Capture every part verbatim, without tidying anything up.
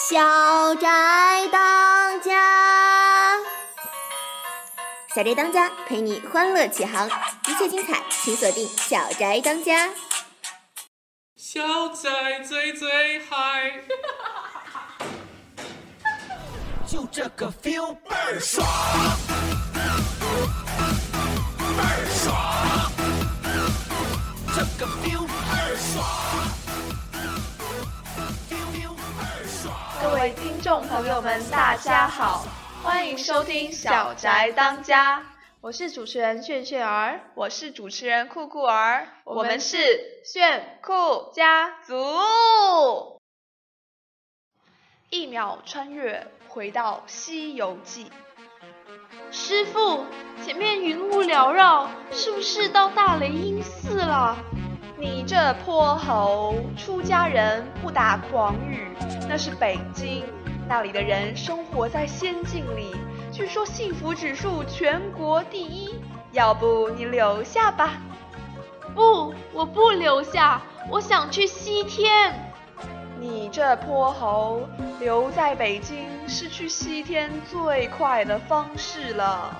小宅当家，小宅当家陪你欢乐启航，一切精彩请锁定小宅当家。 小宅最最嗨， 就这个 feel 倍儿爽，倍儿爽，这个 feel 倍儿爽。 各位听众朋友们，大家好，欢迎收听小宅当家，我是主持人炫炫儿， 我是主持人酷酷儿， 我们是炫酷家族。 一秒穿越回到西游记。 师父，前面云雾缭绕，是不是到大雷音寺了？ 你这泼猴，出家人不打诳语，那是北京，那里的人生活在仙境里，据说幸福指数全国第一，要不你留下吧。 不，我不留下，我想去西天。 你这泼猴，留在北京是去西天最快的方式了。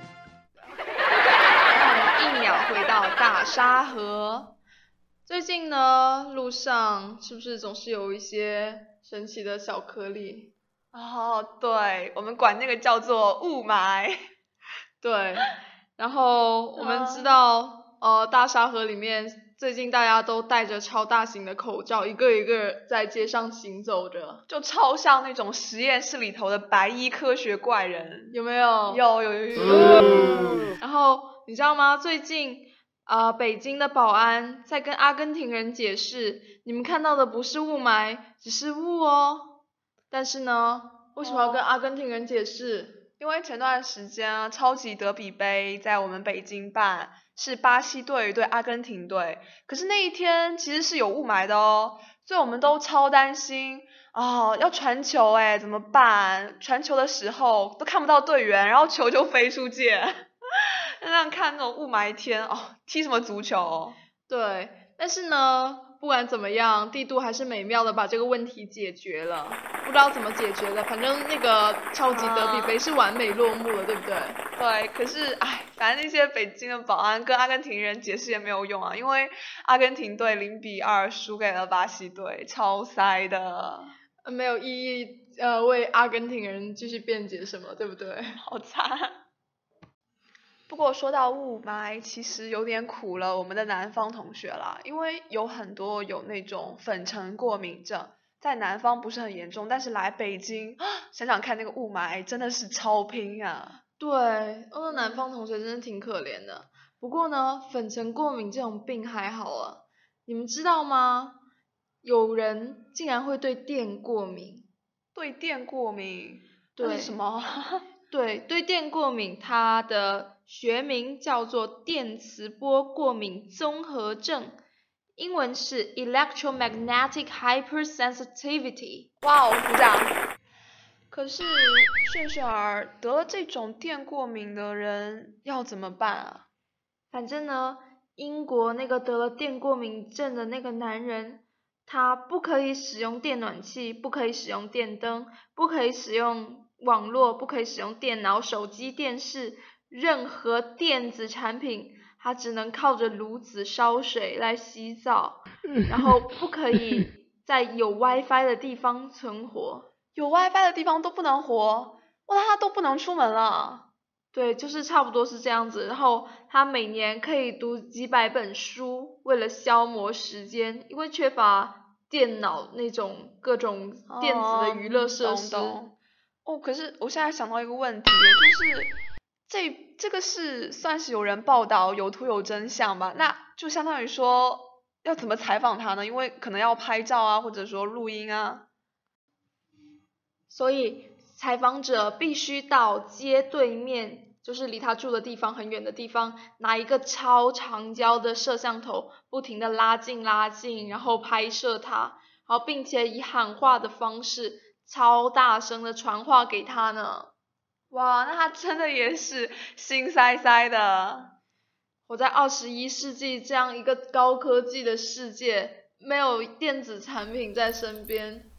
让我们一秒回到大沙河。最近呢，路上是不是总是有一些神奇的小颗粒？ 哦，对，我们管那个叫做雾霾。 对，然后我们知道，呃，大沙河里面最近大家都戴着超大型的口罩，一个一个在街上行走着， 就超像那种实验室里头的白衣科学怪人， 有没有？ 有有有有有。 嗯、然后你知道吗？最近。啊、呃，北京的保安在跟阿根廷人解释，你们看到的不是雾霾，只是雾哦。但是呢，为什么要跟阿根廷人解释？ 哦、因为前段时间啊，超级德比杯在我们北京办，是巴西队对阿根廷队，可是那一天其实是有雾霾的哦，所以我们都超担心啊、哦，要传球哎，怎么办？传球的时候都看不到队员，然后球就飞出界。那样看那种雾霾天哦，踢什么足球哦？ 对，但是呢，不管怎么样，帝都还是美妙的把这个问题解决了。不知道怎么解决的，反正那个超级德比杯是完美落幕了，啊、对不对？ 对，可是哎，反正那些北京的保安跟阿根廷人解释也没有用啊，因为阿根廷队零比二输给了巴西队，超塞的， 没有意义，呃，为阿根廷人继续辩解什么，对不对？ 好惨。不过说到雾霾，其实有点苦了我们的南方同学啦，因为有很多有那种粉尘过敏症，在南方不是很严重，但是来北京，想想看那个雾霾真的是超拼啊。 对，我的南方同学真的挺可怜的。不过呢，粉尘过敏这种病还好啊，你们知道吗？有人竟然会对电过敏。 对电过敏？ 对， 是什么？ 对，对电过敏，它的学名叫做电磁波过敏综合症，英文是 electromagnetic hypersensitivity。 哇哦，鼓掌！可是炫炫儿得了这种电过敏的人要怎么办啊？ 反正呢，英国那个得了电过敏症的那个男人，他不可以使用电暖气，不可以使用电灯，不可以使用网络，不可以使用电脑、手机、电视，任何电子产品，它只能靠着炉子烧水来洗澡，然后不可以在有 WiFi 的地方存活， 有 WiFi 的地方都不能活，哇，他都不能出门了。 对，就是差不多是这样子。然后他每年可以读几百本书，为了消磨时间，因为缺乏电脑那种各种电子的娱乐设施。 哦，懂懂。哦，可是我现在想到一个问题，就是这这个是算是有人报道有图有真相吧？那就相当于说要怎么采访他呢？因为可能要拍照啊，或者说录音啊。 所以采访者必须到街对面，就是离他住的地方很远的地方，拿一个超长焦的摄像头，不停的拉近拉近，然后拍摄他，然后并且以喊话的方式超大声的传话给他呢。 哇，那他真的也是心塞塞的。 我在二十一世纪这样一个高科技的世界，没有电子产品在身边，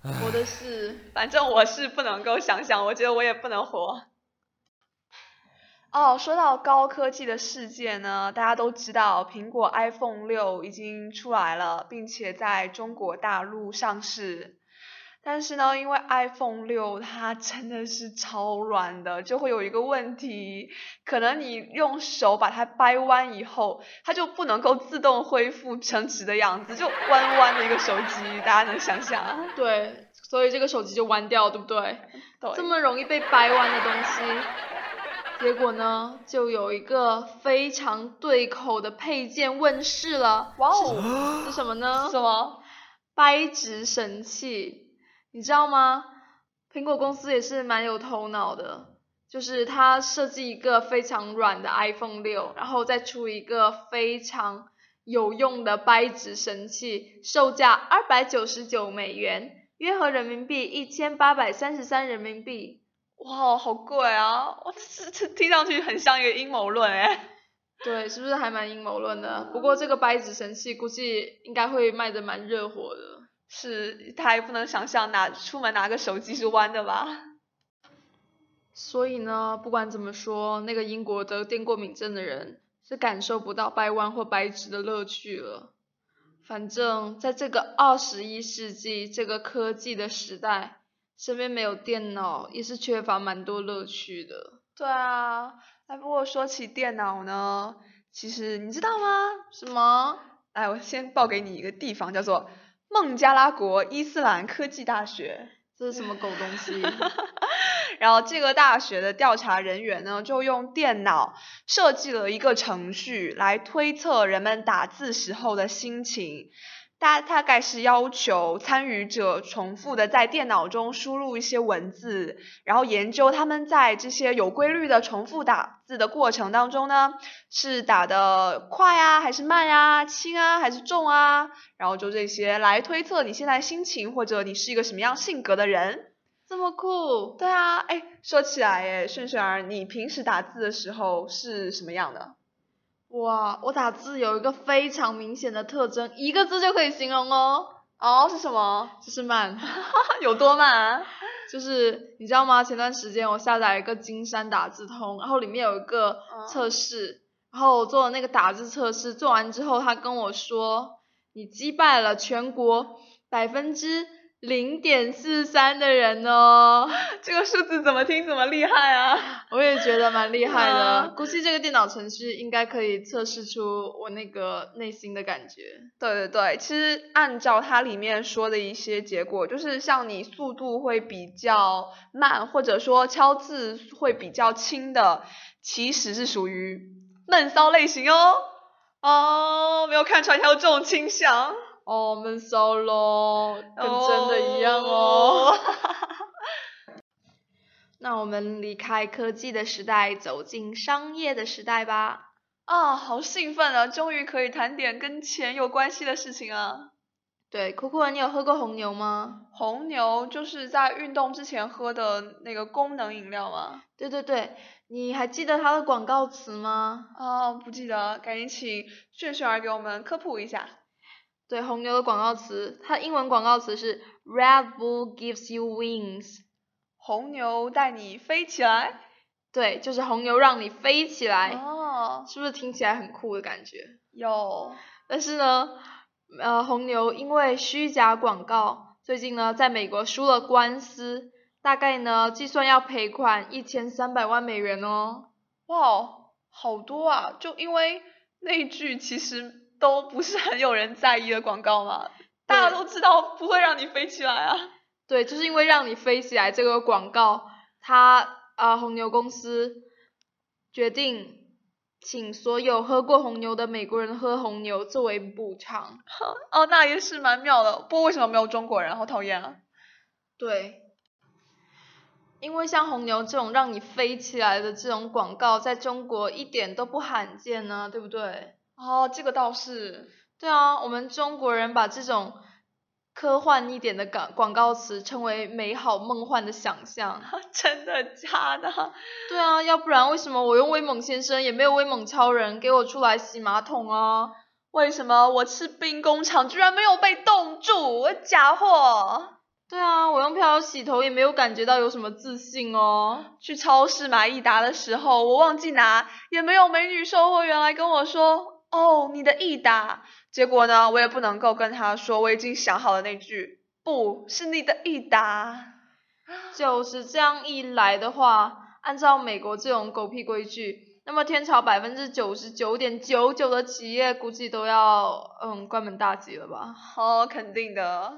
我的是， 反正我是不能够想想，我觉得我也不能活。哦，说到高科技的世界呢，大家都知道苹果 iPhone 六已经出来了，并且在中国大陆上市。但是呢，因为 iPhone 六它真的是超软的，就会有一个问题，可能你用手把它掰弯以后，它就不能够自动恢复成直的样子，就弯弯的一个手机，大家能想象？ 对，所以这个手机就弯掉，对不对？ 对， 这么容易被掰弯的东西，结果呢，就有一个非常对口的配件问世了。 哇哦， 是什么呢？ 什么？ 掰直神器。你知道吗？苹果公司也是蛮有头脑的，就是它设计一个非常软的 iPhone 六，然后再出一个非常有用的掰直神器，售价二百九十九美元，约合人民币一千八百三十三人民币。 哇，好贵啊！哇，这这听上去很像一个阴谋论哎。 对，是不是还蛮阴谋论的？不过这个掰直神器估计应该会卖得蛮热火的。 是，他也不能想象拿出门拿个手机是弯的吧？ 所以呢，不管怎么说，那个英国得电过敏症的人是感受不到掰弯或掰直的乐趣了。反正在这个二十一世纪这个科技的时代，身边没有电脑也是缺乏蛮多乐趣的。 对啊，哎，不过说起电脑呢，其实你知道吗？ 什么？ 哎，我先报给你一个地方，叫做孟加拉国伊斯兰科技大学。 这是什么狗东西？ 然后这个大学的调查人员呢，就用电脑设计了一个程序来推测人们打字时候的心情。大大概是要求参与者重复的在电脑中输入一些文字，然后研究他们在这些有规律的重复打字的过程当中呢，是打得快啊，还是慢啊，轻啊，还是重啊，然后就这些来推测你现在心情，或者你是一个什么样性格的人。 这么酷？ 对啊，哎，说起来哎，顺顺儿，你平时打字的时候是什么样的？ 哇，我打字有一个非常明显的特征，一个字就可以形容哦。 哦，是什么？ 就是慢。 有多慢啊？ 就是你知道吗？前段时间我下载了一个金山打字通，然后里面有一个测试，然后我做了那个打字测试，做完之后他跟我说，你击败了全国百分之零点四三的人哦。 这个数字怎么听怎么厉害啊！ 我也觉得蛮厉害的，估计这个电脑程序应该可以测试出我那个内心的感觉。 对对对，其实按照它里面说的一些结果，就是像你速度会比较慢，或者说敲字会比较轻的，其实是属于闷骚类型哦。哦，没有看出来它有这种倾向。 哦，闷骚咯，跟真的一样哦。哦那我们离开科技的时代，走进商业的时代吧。 啊，好兴奋啊！终于可以谈点跟钱有关系的事情啊。 对，酷酷，你有喝过红牛吗？ 红牛就是在运动之前喝的那个功能饮料吗？ 对对对，你还记得它的广告词吗？ 啊，不记得，赶紧请炫炫儿给我们科普一下。 对，红牛的广告词，它英文广告词是 Red Bull gives you wings。 红牛带你飞起来。 对，就是红牛让你飞起来。 哦， 是不是听起来很酷的感觉？ 有。 但是呢，呃，红牛因为虚假广告，最近呢在美国输了官司，大概呢计算要赔款一千三百万美元哦。 哇，好多啊！就因为那句其实都不是很有人在意的广告嘛，大家都知道不会让你飞起来啊。 对，就是因为让你飞起来这个广告，它呃红牛公司决定请所有喝过红牛的美国人喝红牛作为补偿。 哦，那也是蛮妙的，不过为什么没有中国人？好讨厌啊。 对，因为像红牛这种让你飞起来的这种广告，在中国一点都不罕见呢，对不对？ 哦，这个倒是。 对啊，我们中国人把这种科幻一点的广广告词称为美好梦幻的想象。 真的假的？ 对啊，要不然为什么我用威猛先生也没有威猛超人给我出来洗马桶啊？ 为什么我吃兵工厂居然没有被冻住？假货！ 对啊，我用漂流洗头也没有感觉到有什么自信哦。 去超市买益达的时候，我忘记拿，也没有美女售货员来跟我说，哦，你的益达。结果呢，我也不能够跟他说我已经想好了那句，不是你的益达。 就是这样一来的话，按照美国这种狗屁规矩，那么天朝百分之九十九点九九的企业估计都要嗯关门大吉了吧？ 哦，肯定的。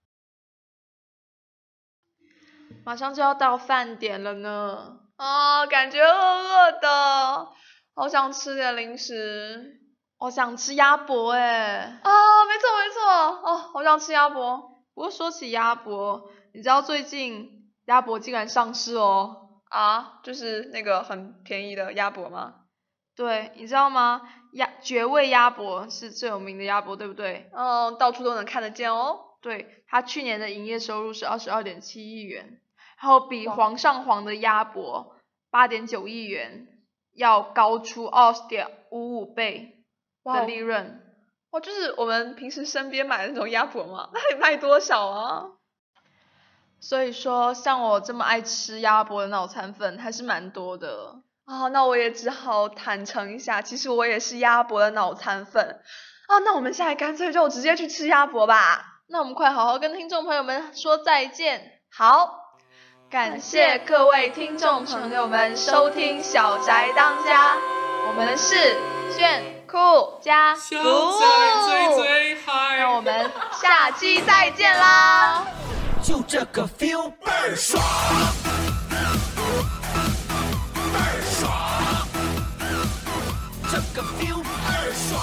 马上就要到饭点了呢。 哦，感觉饿饿的，好想吃点零食。 我想吃鸭脖诶。 啊，没错没错，哦，好想吃鸭脖。 不过说起鸭脖，你知道最近鸭脖竟然上市哦。 啊，就是那个很便宜的鸭脖吗？ 对，你知道吗？鸭绝味鸭脖是最有名的鸭脖，对不对？ 嗯，到处都能看得见哦。 对，它去年的营业收入是二十二点七亿元，然后比皇上皇的鸭脖八点九亿元要高出二十点五五倍的利润。 哇，就是我们平时身边买的那种鸭脖嘛，那得卖多少啊？ 所以说，像我这么爱吃鸭脖的脑残粉还是蛮多的。 啊，那我也只好坦诚一下，其实我也是鸭脖的脑残粉。啊，那我们现在干脆就直接去吃鸭脖吧。 那我们快好好跟听众朋友们说再见。 好，感谢各位听众朋友们收听《小宅当家》，我们是炫酷家小族， 仔最最嗨， 让我们下期再见啦！ 就这个 feel 倍儿爽，倍儿爽，这个 feel 倍儿爽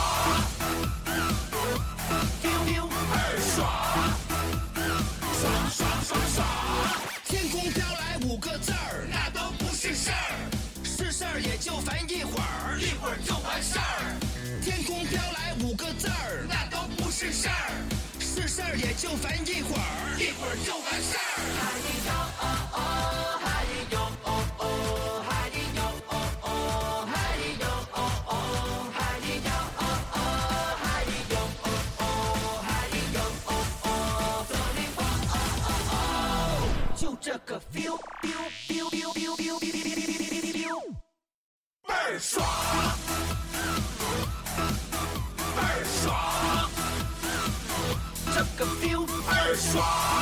，feel feel 倍儿爽，爽爽爽爽。天空飘来五个字儿，那都不是事儿，是事儿也就烦一会儿，一会儿就完事儿。天空飘来五个字儿，那都不是事儿。是事儿也就烦一会儿，一会儿就完事儿。嗨哟哦哦，嗨哟哦哦，嗨哟哦哦，嗨哟哦哦，嗨哟哦哦，嗨哟哦哦，嗨哟哦哦，左邻右哦哦哦，就这个 feel feel feel feel feel feel feel feel， 倍儿爽，倍儿爽。这个 feel 倍儿爽。